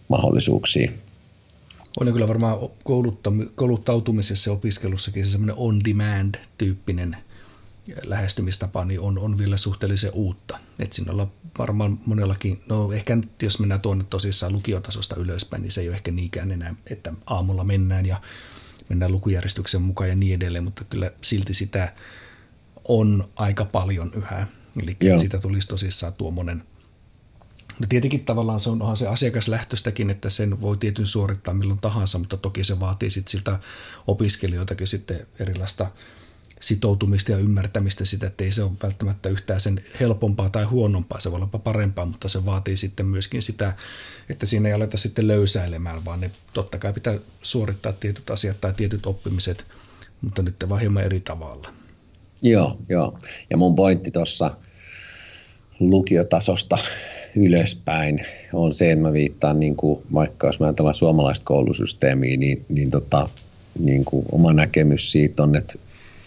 mahdollisuuksia. On kyllä varmaan kouluttautumisessa ja opiskelussakin se semmoinen on-demand-tyyppinen lähestymistapa niin on vielä suhteellisen uutta. Että siinä ollaan varmaan monellakin, no ehkä nyt jos mennään tuonne tosissaan lukiotasosta ylöspäin, niin se ei ole ehkä niinkään enää, että aamulla mennään ja mennään lukujärjestyksen mukaan ja niin edelleen, mutta kyllä silti sitä on aika paljon yhä. Eli sitä tulisi tosissaan tuommoinen. No tietenkin tavallaan onhan se asiakaslähtöistäkin, että sen voi tietyn suorittaa milloin tahansa, mutta toki se vaatii sitten siltä opiskelijoitakin sitten erilaista sitoutumista ja ymmärtämistä sitä, että ei se ole välttämättä yhtään sen helpompaa tai huonompaa, se voi olla parempaa, mutta se vaatii sitten myöskin sitä, että siinä ei aleta sitten löysäilemään, vaan ne totta kai pitää suorittaa tietyt asiat tai tietyt oppimiset, mutta nyt vaan hieman eri tavalla. Joo. Ja mun pointti tuossa lukiotasosta ylöspäin on se, että mä viittaan, niin kuin, vaikka jos mä ajatellaan suomalaista koulusysteemiä, niin kuin oma näkemys siitä on, että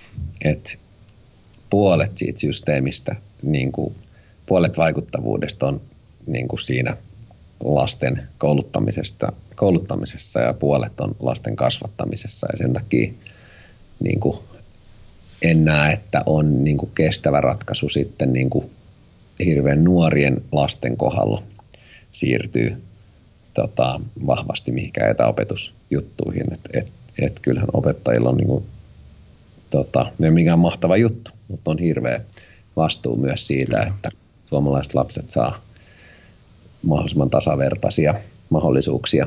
puolet siitä systeemistä, niin kuin, puolet vaikuttavuudesta on niin kuin siinä lasten kouluttamisessa ja puolet on lasten kasvattamisessa ja sen takia niin kuin, en näe, että on niin kuin kestävä ratkaisu sitten niin kuin hirveän nuorien lasten kohdalla siirtyy vahvasti mihinkään etäopetusjuttuihin. Et kyllähän opettajilla on niin kuin, ei ole mikään mahtava juttu, mutta on hirveä vastuu myös siitä, että suomalaiset lapset saa mahdollisimman tasavertaisia mahdollisuuksia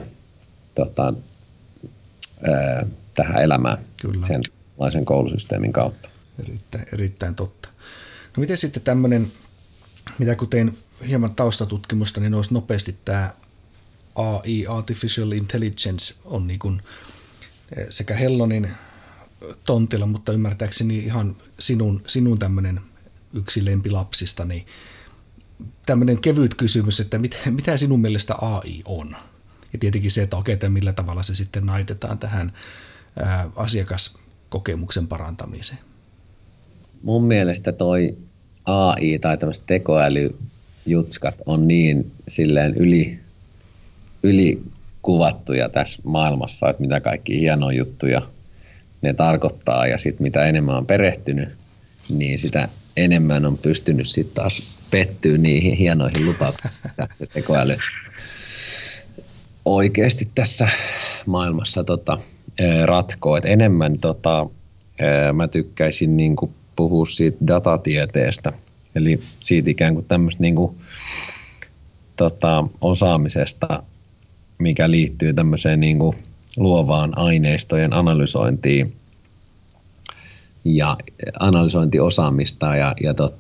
tähän elämään senlaisen koulusysteemin kautta. Erittäin totta. No miten sitten tämmöinen, mitä kun tein hieman taustatutkimusta, niin olisi nopeasti tämä AI, Artificial Intelligence, on niin kuin sekä Hellonin tontilla, mutta ymmärtääkseni ihan sinun tämmöinen yksi lempilapsista, niin tämmöinen kevyt kysymys, että mitä sinun mielestä AI on? Ja tietenkin se, että okei, millä tavalla se sitten naitetaan tähän asiakaskokemuksen parantamiseen. Mun mielestä toi AI tai tämmöiset tekoälyjutskat on niin silleen ylikuvattuja tässä maailmassa, että mitä kaikki hienoja juttuja ne tarkoittaa, ja sitten mitä enemmän on perehtynyt, niin sitä enemmän on pystynyt sitten taas pettyä niihin hienoihin lupauksiin, että tekoäly oikeasti tässä maailmassa ratkoo. Et enemmän mä tykkäisin niinku puhua siitä datatieteestä, eli siitä ikään kuin tämmöistä niinku, osaamisesta, mikä liittyy tämmöiseen niinku luovaan aineistojen analysointiin ja analysointiosaamista ja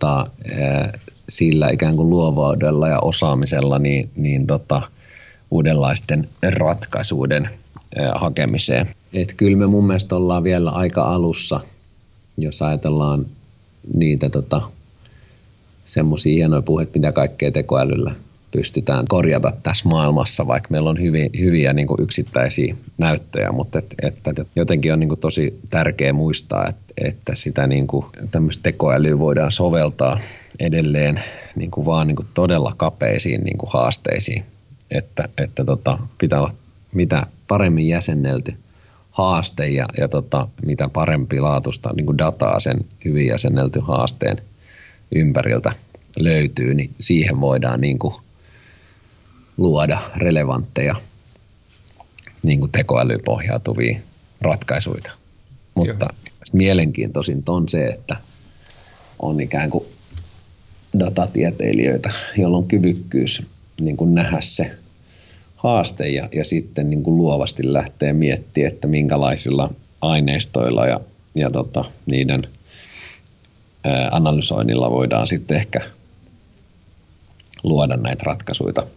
sillä ikään kuin luovuudella ja osaamisella niin uudenlaisten ratkaisuiden hakemiseen. Et kyllä me mun mielestä ollaan vielä aika alussa, jos ajatellaan niitä semmoisia hienoja puheita, mitä kaikkea tekoälyllä pystytään korjata tässä maailmassa, vaikka meillä on hyviä niin kuin yksittäisiä näyttöjä, mutta että jotenkin on niin kuin tosi tärkeää muistaa, että sitä niin kuin tämmöistä tekoälyä voidaan soveltaa edelleen niin kuin vaan niin kuin todella kapeisiin niin kuin haasteisiin, että pitää olla mitä paremmin jäsennelty haaste ja mitä parempi laatusta niin kuin dataa sen hyvin jäsennelty haasteen ympäriltä löytyy, niin siihen voidaan niin kuin luoda relevantteja niin kuin tekoälyyn pohjautuvia ratkaisuja. Mutta mielenkiintoisinta on se, että on ikään kuin datatieteilijöitä, joilla on kyvykkyys niin kuin nähdä se haaste ja sitten niin kuin luovasti lähteä miettimään, että minkälaisilla aineistoilla ja niiden analysoinnilla voidaan sitten ehkä luoda näitä ratkaisuja.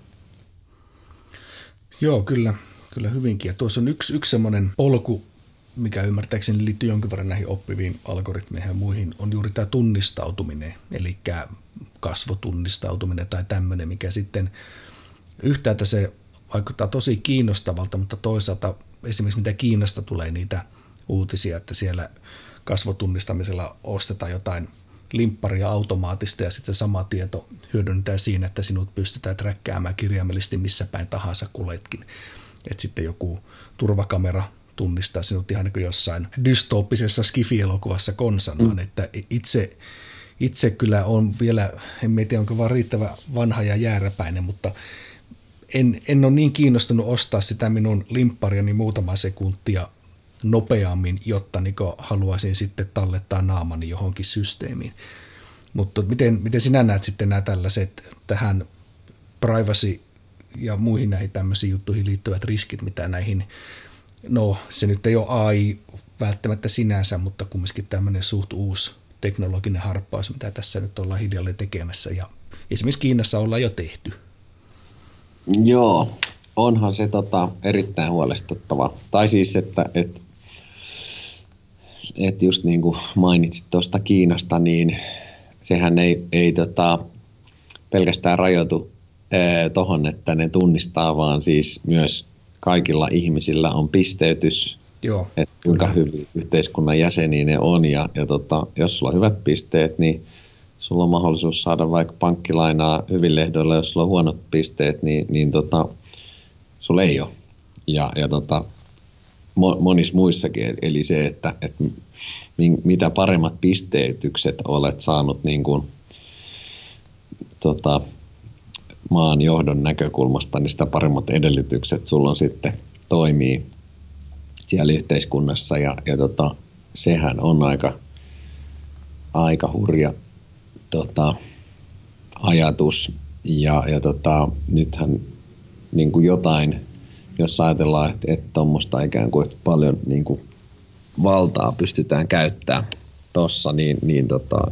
Joo, kyllä hyvinkin. Ja tuossa on yksi semmoinen polku, mikä ymmärtääkseni liittyy jonkin verran näihin oppiviin algoritmeihin ja muihin, on juuri tämä tunnistautuminen, eli kasvotunnistautuminen tai tämmöinen, mikä sitten yhtäältä se vaikuttaa tosi kiinnostavalta, mutta toisaalta esimerkiksi mitä Kiinasta tulee niitä uutisia, että siellä kasvotunnistamisella ostetaan jotain limpparia automaattista ja sitten se sama tieto hyödynnetään siinä, että sinut pystytään träkkäämään kirjaimellisesti missä päin tahansa kuletkin. Että sitten joku turvakamera tunnistaa sinut ihan niin kuin jossain dystooppisessa skifi-elokuvassa konsanaan, että itse kyllä on vielä, en tiedä onko vaan riittävä vanha ja jääräpäinen, mutta en ole niin kiinnostunut ostaa sitä minun limppariani muutama sekuntia nopeammin, jotta niin haluaisin sitten tallettaa naamani johonkin systeemiin. Mutta miten sinä näet sitten nämä tällaiset tähän privacy ja muihin näihin tämmöisiin juttuihin liittyvät riskit, mitä näihin, no se nyt ei ole AI välttämättä sinänsä, mutta kumminkin tämmöinen suht uusi teknologinen harppaus, mitä tässä nyt ollaan hiljalleen tekemässä ja esimerkiksi Kiinassa ollaan jo tehty. Joo, onhan se erittäin huolestuttava. Tai siis, että just niin kuin mainitsit tuosta Kiinasta, niin sehän ei pelkästään rajoitu tohon, että ne tunnistaa, vaan siis myös kaikilla ihmisillä on pisteytys, Joo, että kuinka hyviä yhteiskunnan jäseniä ne on. Ja jos sulla on hyvät pisteet, niin sulla on mahdollisuus saada vaikka pankkilainaa hyvillä ehdoilla. Jos sulla on huonot pisteet, niin sulla ei ole. Ja monissa muissakin. Eli se, että mitä paremmat pisteytykset olet saanut niin kuin, maan johdon näkökulmasta, niin sitä paremmat edellytykset sulla on sitten toimii siellä yhteiskunnassa. Ja sehän on aika hurja ajatus. Ja nythän niin kuin jotain, jos ajatellaan, että tuommoista ikään kuin paljon niin kuin valtaa pystytään käyttämään tuossa, niin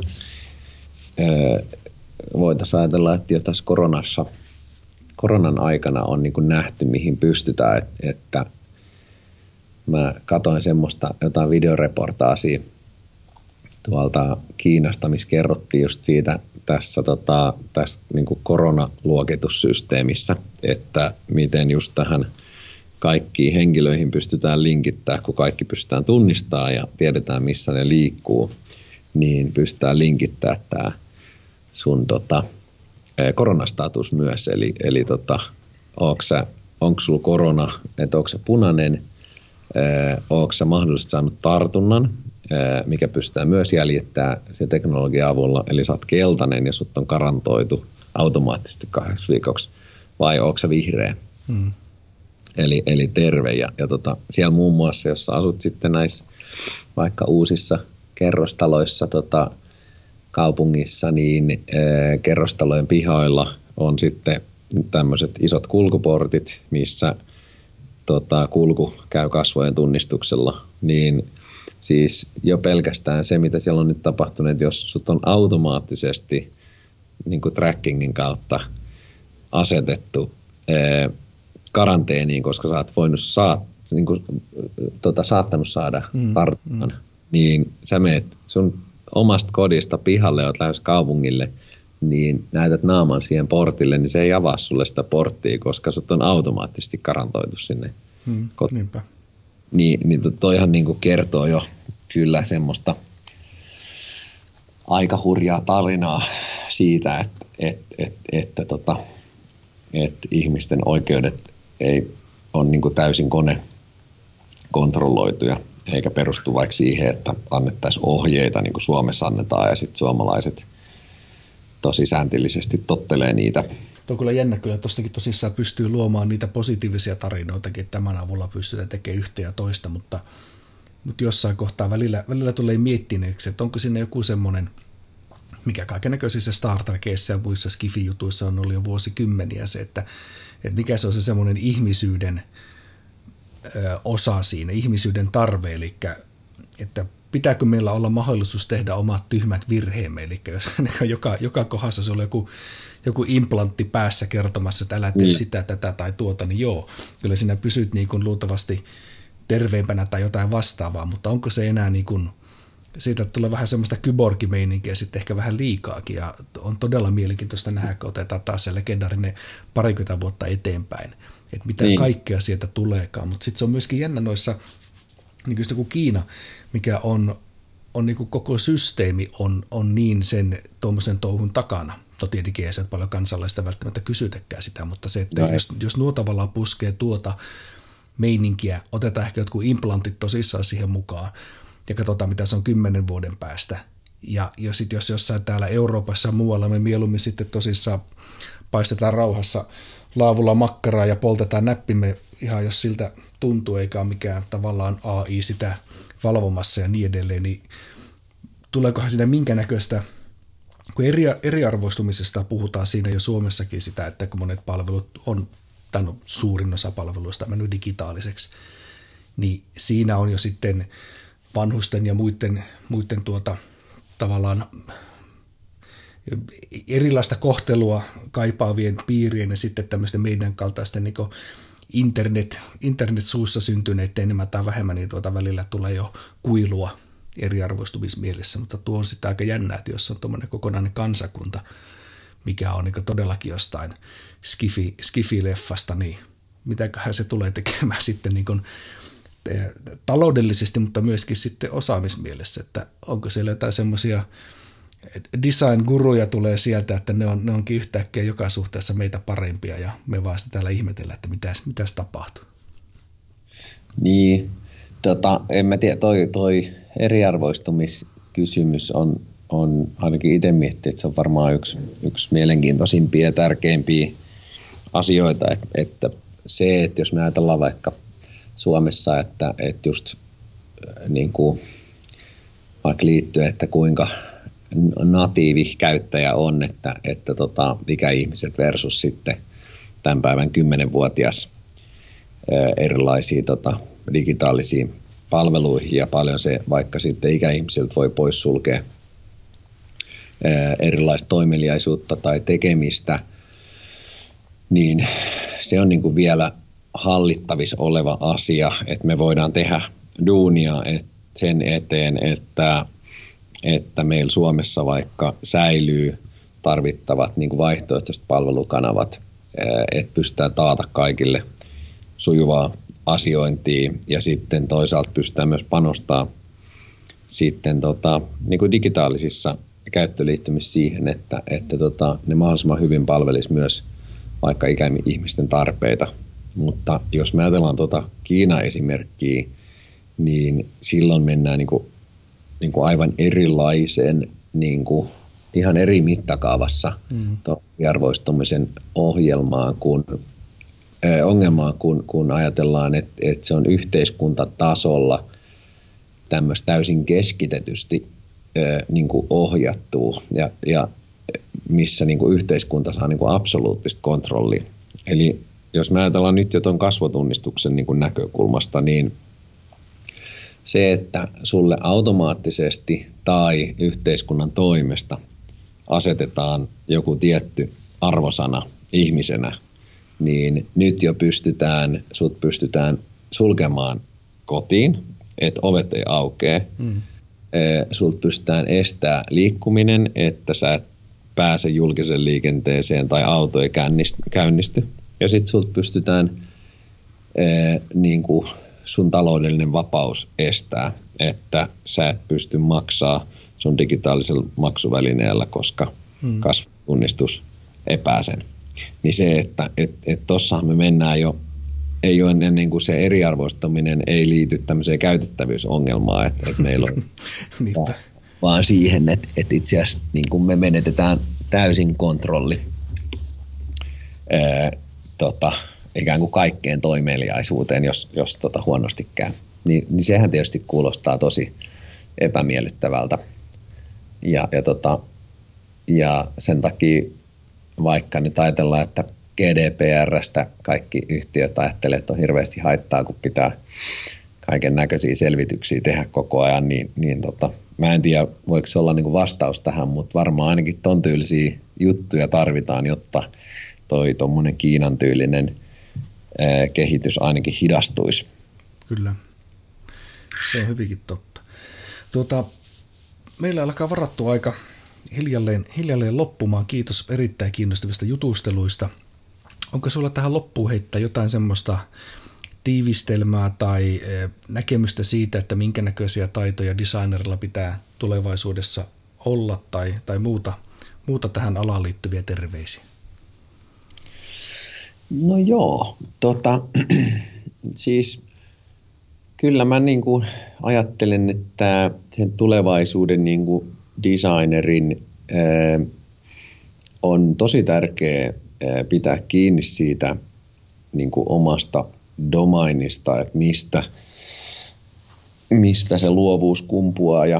voitaisiin ajatella, että jo tässä koronan aikana on niin kuin nähty, mihin pystytään. Että mä katsoin semmoista jotain videoreportaasia tuolta Kiinasta, missä kerrottiin just siitä tässä niin kuin koronaluokitussysteemissä, että miten just tähän kaikkiin henkilöihin pystytään linkittämään, kun kaikki pystytään tunnistamaan ja tiedetään, missä ne liikkuu, niin pystytään linkittämään tämä sun koronastatus myös, eli onko sulla korona, että onko se punainen, onko sä mahdollisesti saanut tartunnan, mikä pystytään myös jäljittämään sen teknologian avulla, eli sä oot keltainen ja sut on karantoitu automaattisesti 2 viikoksi, vai onko sä vihreä, eli terve. Ja siellä muun muassa, jos sä asut sitten näissä vaikka uusissa kerrostaloissa kaupungissa, niin kerrostalojen pihoilla on sitten tämmöiset isot kulkuportit, missä kulku käy kasvojen tunnistuksella, niin siis jo pelkästään se, mitä siellä on nyt tapahtunut, että jos sut on automaattisesti niin kuin trackingin kautta asetettu karanteeniin, koska sä oot voinut saattanut saada tartunnan, niin sä meet sun omasta kodista pihalle, oot lähes kaupungille, niin näytät naaman siihen portille, niin se ei avaa sulle sitä porttia, koska sut on automaattisesti karantoitu sinne kotiin. Niinpä. Niin toihan niin kuin kertoo jo kyllä semmoista aika hurjaa tarinaa siitä, että ihmisten oikeudet ei ole niin kuin täysin konekontrolloituja, eikä perustu vaikka siihen, että annettaisiin ohjeita, niin kuin Suomessa annetaan, ja sitten suomalaiset tosi säntillisesti tottelee niitä. Tuo on kyllä jännä, kyllä tuostakin tosissaan pystyy luomaan niitä positiivisia tarinoitakin, että tämän avulla pystytään tekemään yhtä ja toista, mutta jossain kohtaa välillä tulee miettineeksi, että onko sinne joku semmoinen, mikä kaikennäköisissä Star Trekeissä ja muissa Skifi-jutuissa on ollut jo vuosikymmeniä se, että mikä se on se semmoinen ihmisyyden osa siinä, ihmisyyden tarve, eli että pitääkö meillä olla mahdollisuus tehdä omat tyhmät virheemme, eli jos joka kohdassa se on joku implantti päässä kertomassa, että älä tee sitä, tätä tai tuota, niin joo, kyllä sinä pysyt niin kuin luultavasti terveempänä tai jotain vastaavaa, mutta onko se enää niin kuin, siitä tulee vähän semmoista kyborgimeininkiä sitten ehkä vähän liikaakin, ja on todella mielenkiintoista nähdä, kun otetaan taas se legendaarinen 20 vuotta eteenpäin, että mitä kaikkea sieltä tuleekaan, mutta sitten se on myöskin jännä noissa, niin kuin joku Kiina, mikä on on niin kuin koko systeemi on niin sen tuommoisen touhun takana. No tietenkin ei sieltä paljon kansalaista välttämättä kysytäkään sitä, mutta se, että jos nuo tavallaan puskee tuota meininkiä, otetaan ehkä jotkut implantit tosissaan siihen mukaan ja katsotaan, mitä se on 10 vuoden päästä. Ja jos jossain täällä Euroopassa ja muualla me mieluummin sitten tosissaan paistetaan rauhassa laavulla makkaraa ja poltetaan näppimme ihan jos siltä tuntuu, eikä ole mikään tavallaan AI sitä valvomassa ja niin edelleen, niin tuleekohan siinä minkä näköistä, kun eriarvoistumisesta puhutaan siinä jo Suomessakin sitä, että kun monet palvelut on, tai no, suurin osa palveluista on mennyt digitaaliseksi, niin siinä on jo sitten vanhusten ja muiden tavallaan erilaista kohtelua kaipaavien piirien ja sitten tämmöisten meidän kaltaisten niin internet suussa syntyneiden enemmän tai vähemmän, niin välillä tulee jo kuilua eriarvoistumismielessä, mutta tuo on sitten aika jännää, että jos on tuommoinen kokonainen kansakunta, mikä on niin todellakin jostain skifi-leffasta, niin mitäköhän se tulee tekemään sitten niin kuin taloudellisesti, mutta myöskin sitten osaamismielessä, että onko siellä jotain semmoisia design-guruja tulee sieltä, että ne onkin yhtäkkiä joka suhteessa meitä parempia ja me vaan sitä täällä ihmetellä, että mitäs tapahtuu. Niin, en mä tiedä, toi eriarvoistumiskysymys on ainakin itse miettinyt, että se on varmaan yksi mielenkiintoisimpia ja tärkeimpiä asioita, että se, että jos me ajatellaan vaikka Suomessa, että just niin kuin vaikka liittyen, että kuinka natiivi käyttäjä on, että ikäihmiset versus sitten tämän päivän 10-vuotias erilaisiin digitaalisiin palveluihin ja paljon se vaikka sitten ikäihmisiltä voi poissulkea erilaista toimeliaisuutta tai tekemistä, niin se on niin kuin vielä hallittavissa oleva asia, että me voidaan tehdä duunia sen eteen, että meillä Suomessa vaikka säilyy tarvittavat niin kuin vaihtoehtoiset palvelukanavat, että pystytään taata kaikille sujuvaa asiointia ja sitten toisaalta pystytään myös panostaa sitten niin kuin digitaalisissa käyttöliittymissä siihen, että ne mahdollisimman hyvin palvelisi myös vaikka ikäihmisten tarpeita. Mutta jos me ajatellaan Kiina-esimerkkiä, niin silloin mennään niin kuin aivan erilaisen, niin kuin ihan eri mittakaavassa eriarvoistumisen ongelmaan, kun ajatellaan, että se on yhteiskuntatasolla tämmöistä täysin keskitetysti niin kuin ohjattua ja missä niin kuin yhteiskunta saa niin kuin absoluuttista kontrollia. Eli jos me ajatellaan nyt jo tuon kasvotunnistuksen niin kuin näkökulmasta, niin se, että sulle automaattisesti tai yhteiskunnan toimesta asetetaan joku tietty arvosana ihmisenä, niin nyt jo sut pystytään sulkemaan kotiin, että ovet ei aukea. Sulta pystytään estämään liikkuminen, että sä et pääse julkisen liikenteeseen tai auto ei käynnisty. Ja sitten sulta pystytään niin kuin sun taloudellinen vapaus estää, että sä et pysty maksaa sun digitaalisella maksuvälineellä, koska kasvotunnistus epää sen. Niin se, että tossahan me mennään jo, ei ole ennen kuin se eriarvoistaminen ei liity tämmöiseen käytettävyysongelmaan, että meillä on vaan siihen, että itse asiassa niin kuin me menetetään täysin kontrolli ikään kuin kaikkeen toimeliaisuuteen, jos huonosti käy. Niin sehän tietysti kuulostaa tosi epämiellyttävältä. Ja sen takia vaikka nyt ajatellaan, että GDPR:stä kaikki yhtiöt ajattelee, että on hirveästi haittaa, kun pitää kaiken näköisiä selvityksiä tehdä koko ajan, niin mä en tiedä, voiko se olla niin kuin vastaus tähän, mutta varmaan ainakin ton tyylisiä juttuja tarvitaan, jotta tuommoinen Kiinan tyylinen kehitys ainakin hidastuisi. Kyllä, se on hyvinkin totta. Meillä alkaa varattu aika hiljalleen loppumaan. Kiitos erittäin kiinnostavista jutusteluista. Onko sulla tähän loppuun heittää jotain semmoista tiivistelmää tai näkemystä siitä, että minkä näköisiä taitoja designerilla pitää tulevaisuudessa olla tai muuta tähän alaan liittyviä terveisiä? No joo, siis kyllä mä niin kuin ajattelen, että sen tulevaisuuden niin kuin designerin on tosi tärkeää pitää kiinni siitä niin kuin omasta domainista, että mistä se luovuus kumpuaa ja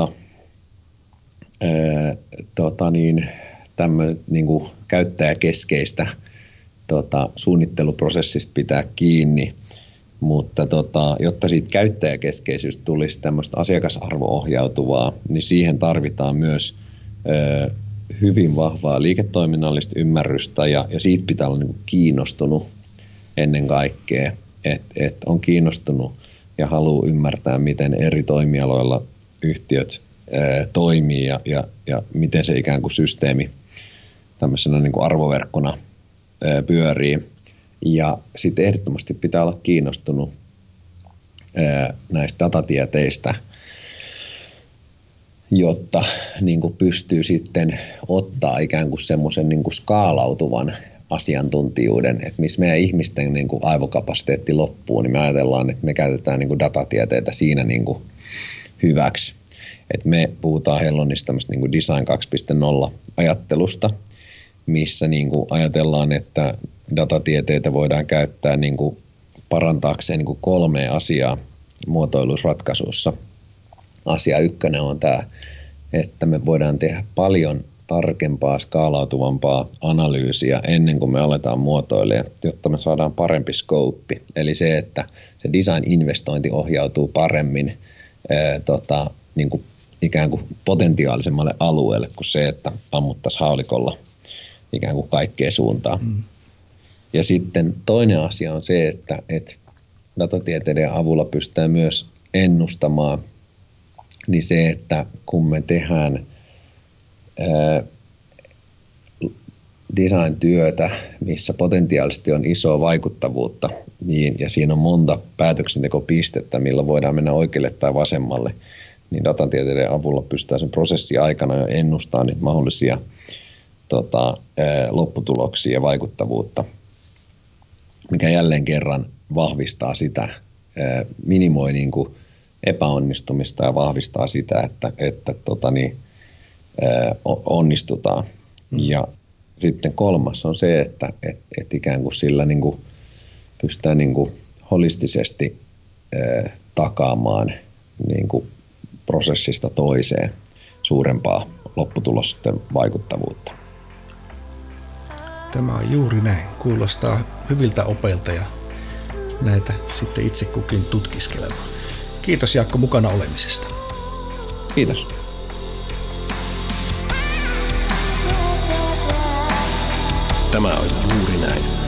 tämmöinen niin kuin käyttäjäkeskeistä suunnitteluprosessista pitää kiinni, mutta jotta siitä käyttäjäkeskeisyydestä tulisi tämmöistä asiakasarvo-ohjautuvaa, niin siihen tarvitaan myös hyvin vahvaa liiketoiminnallista ymmärrystä ja siitä pitää olla niin kuin kiinnostunut ennen kaikkea, että on kiinnostunut ja haluaa ymmärtää, miten eri toimialoilla yhtiöt toimii ja miten se ikään kuin systeemi tämmöisenä niin kuin arvoverkkona pyörii. Ja sitten ehdottomasti pitää olla kiinnostunut näistä datatieteistä, jotta niin kuin pystyy sitten ottaa ikään kuin semmoisen niin kuin skaalautuvan asiantuntijuuden, että missä meidän ihmisten niin kuin aivokapasiteetti loppuu, niin me ajatellaan, että me käytetään niin kuin datatieteitä siinä niin kuin hyväksi. Et me puhutaan Hellonissa tämmöistä niin kuin Design 2.0 ajattelusta, missä niin kuin ajatellaan, että datatieteitä voidaan käyttää niin kuin parantaakseen niin kuin 3 asiaa muotoilusratkaisussa. Asia 1 on tämä, että me voidaan tehdä paljon tarkempaa, skaalautuvampaa analyysiä ennen kuin me aletaan muotoilemaan, jotta me saadaan parempi scope. Eli se, että se design-investointi ohjautuu paremmin niin kuin ikään kuin potentiaalisemmalle alueelle kuin se, että ammuttaisiin haulikolla ikään kuin kaikkeen suuntaan. Ja sitten toinen asia on se, että datatieteiden avulla pystytään myös ennustamaan, niin se, että kun me tehdään design-työtä, missä potentiaalisesti on isoa vaikuttavuutta, niin, ja siinä on monta päätöksentekopistettä, millä voidaan mennä oikealle tai vasemmalle, niin datatieteiden avulla pystytään sen prosessin aikana jo ennustamaan niitä mahdollisia lopputuloksia ja vaikuttavuutta, mikä jälleen kerran vahvistaa sitä, minimoi niin kuin epäonnistumista ja vahvistaa sitä, että onnistutaan. Ja sitten 3 on se, että ikään kuin sillä niin kuin pystytään niin kuin holistisesti takaamaan niin kuin prosessista toiseen suurempaa lopputulosten vaikuttavuutta. Tämä on juuri näin. Kuulostaa hyviltä opeilta ja näitä sitten itse kukin tutkiskelemaan. Kiitos Jaakko mukana olemisesta. Kiitos. Tämä on juuri näin.